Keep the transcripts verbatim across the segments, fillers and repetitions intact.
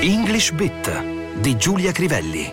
English Bit di Giulia Crivelli.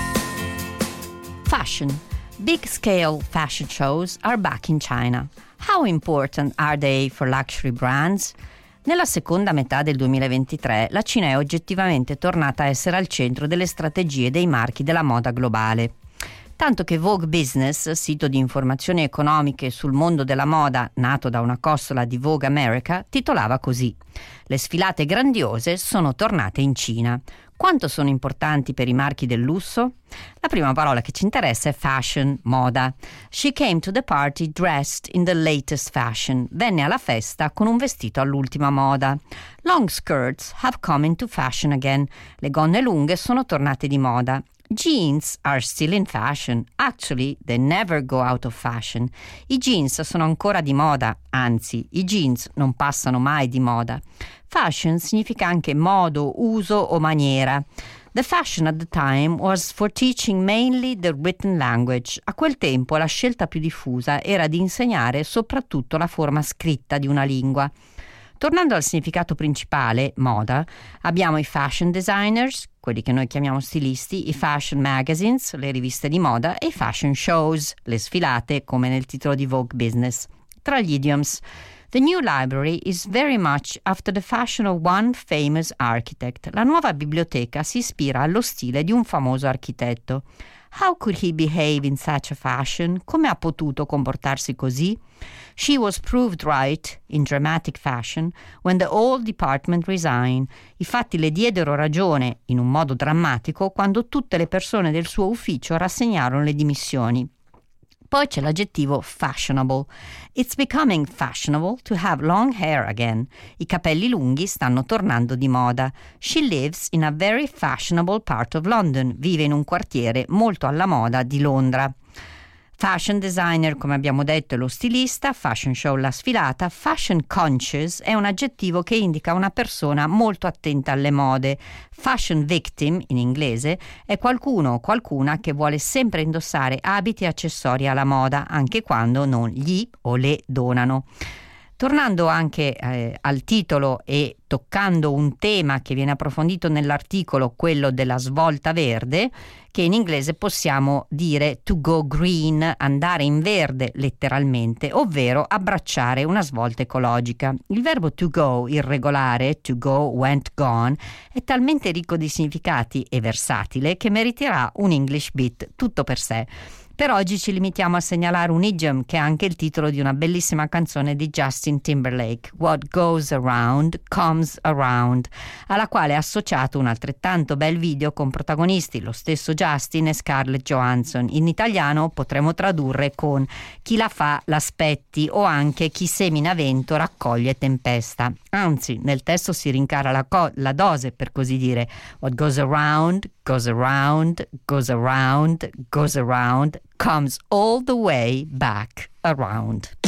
Fashion. Big-scale fashion shows are back in China. How important are they for luxury brands? Nella seconda metà del duemilaventitré la Cina è oggettivamente tornata a essere al centro delle strategie dei marchi della moda globale. Tanto che Vogue Business, sito di informazioni economiche sul mondo della moda nato da una costola di Vogue America, titolava così: le sfilate grandiose sono tornate in Cina. Quanto sono importanti per i marchi del lusso? La prima parola che ci interessa è fashion, moda. She came to the party dressed in the latest fashion. Venne alla festa con un vestito all'ultima moda. Long skirts have come into fashion again. Le gonne lunghe sono tornate di moda. Jeans are still in fashion. Actually, they never go out of fashion. I jeans sono ancora di moda, anzi, i jeans non passano mai di moda. Fashion significa anche modo, uso o maniera. The fashion at the time was for teaching mainly the written language. A quel tempo la scelta più diffusa era di insegnare soprattutto la forma scritta di una lingua. Tornando al significato principale, moda, abbiamo i fashion designers, quelli che noi chiamiamo stilisti, i fashion magazines, le riviste di moda, e i fashion shows, le sfilate, come nel titolo di Vogue Business. Tra gli idioms, the new library is very much after the fashion of one famous architect. La nuova biblioteca si ispira allo stile di un famoso architetto. How could he behave in such a fashion? Come ha potuto comportarsi così? She was proved right in dramatic fashion when the old department resigned. I fatti le diedero ragione in un modo drammatico quando tutte le persone del suo ufficio rassegnarono le dimissioni. Poi c'è l'aggettivo fashionable. It's becoming fashionable to have long hair again. I capelli lunghi stanno tornando di moda. She lives in a very fashionable part of London. Vive in un quartiere molto alla moda di Londra. Fashion designer, come abbiamo detto, è lo stilista. Fashion show, la sfilata. Fashion conscious è un aggettivo che indica una persona molto attenta alle mode. Fashion victim, in inglese, è qualcuno o qualcuna che vuole sempre indossare abiti e accessori alla moda, anche quando non gli o le donano. Tornando anche eh, al titolo e toccando un tema che viene approfondito nell'articolo, quello della svolta verde, che in inglese possiamo dire to go green, andare in verde letteralmente, ovvero abbracciare una svolta ecologica. Il verbo to go, irregolare, to go, went, gone, è talmente ricco di significati e versatile che meriterà un English Bit tutto per sé. Per oggi ci limitiamo a segnalare un idiom che è anche il titolo di una bellissima canzone di Justin Timberlake, What Goes Around Comes Around, alla quale è associato un altrettanto bel video con protagonisti lo stesso Justin e Scarlett Johansson. In italiano potremmo tradurre con chi la fa l'aspetti o anche chi semina vento raccoglie tempesta. Anzi, nel testo si rincara la, co- la dose, per così dire. What goes around goes around, goes around, goes around, comes all the way back around.